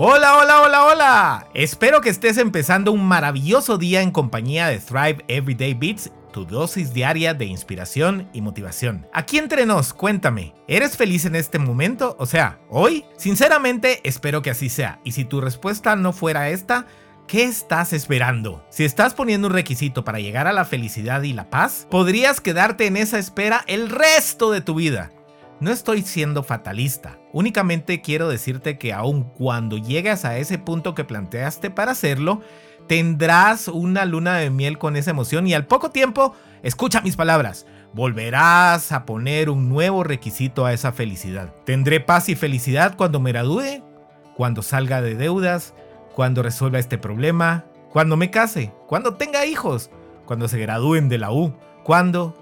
Hola, hola, hola, hola. Espero que estés empezando un maravilloso día en compañía de Thrive Everyday Beats, tu dosis diaria de inspiración y motivación. Aquí entre nos, cuéntame, ¿eres feliz en este momento? O sea, ¿hoy? Sinceramente, espero que así sea. Y si tu respuesta no fuera esta, ¿qué estás esperando? Si estás poniendo un requisito para llegar a la felicidad y la paz, podrías quedarte en esa espera el resto de tu vida. No estoy siendo fatalista, únicamente quiero decirte que aun cuando llegues a ese punto que planteaste para hacerlo, tendrás una luna de miel con esa emoción y al poco tiempo, escucha mis palabras, volverás a poner un nuevo requisito a esa felicidad. Tendré paz y felicidad cuando me gradúe, cuando salga de deudas, cuando resuelva este problema, cuando me case, cuando tenga hijos, cuando se gradúen de la U. ¿Cuándo?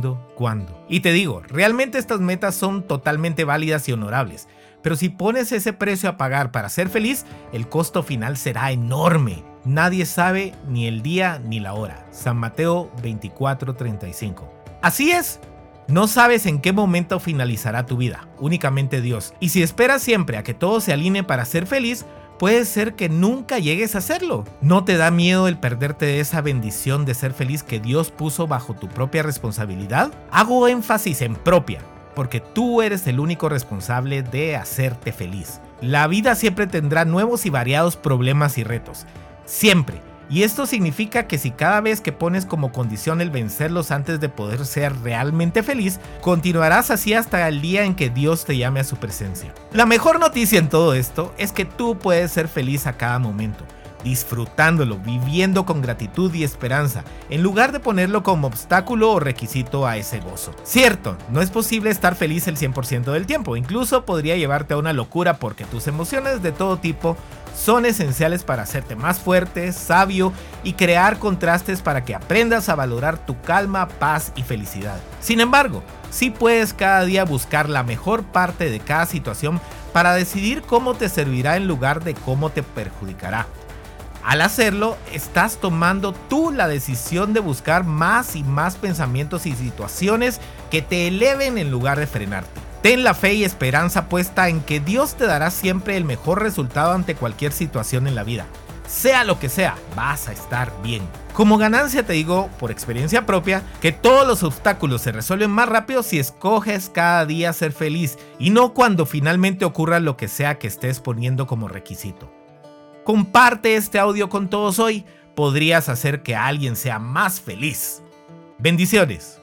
Y te digo, realmente estas metas son totalmente válidas y honorables, pero si pones ese precio a pagar para ser feliz, el costo final será enorme. Nadie sabe ni el día ni la hora. San Mateo 24:35. Así es. No sabes en qué momento finalizará tu vida, únicamente Dios. Y si esperas siempre a que todo se alinee para ser feliz, puede ser que nunca llegues a hacerlo. ¿No te da miedo el perderte de esa bendición de ser feliz que Dios puso bajo tu propia responsabilidad? Hago énfasis en propia, porque tú eres el único responsable de hacerte feliz. La vida siempre tendrá nuevos y variados problemas y retos. Siempre. Y esto significa que si cada vez que pones como condición el vencerlos antes de poder ser realmente feliz, continuarás así hasta el día en que Dios te llame a su presencia. La mejor noticia en todo esto es que tú puedes ser feliz a cada momento, disfrutándolo, viviendo con gratitud y esperanza, en lugar de ponerlo como obstáculo o requisito a ese gozo. Cierto, no es posible estar feliz el 100% del tiempo, incluso podría llevarte a una locura porque tus emociones de todo tipo son esenciales para hacerte más fuerte, sabio y crear contrastes para que aprendas a valorar tu calma, paz y felicidad. Sin embargo, sí puedes cada día buscar la mejor parte de cada situación para decidir cómo te servirá en lugar de cómo te perjudicará. Al hacerlo, estás tomando tú la decisión de buscar más y más pensamientos y situaciones que te eleven en lugar de frenarte. Ten la fe y esperanza puesta en que Dios te dará siempre el mejor resultado ante cualquier situación en la vida. Sea lo que sea, vas a estar bien. Como ganancia te digo, por experiencia propia, que todos los obstáculos se resuelven más rápido si escoges cada día ser feliz y no cuando finalmente ocurra lo que sea que estés poniendo como requisito. Comparte este audio con todos hoy, podrías hacer que alguien sea más feliz. Bendiciones.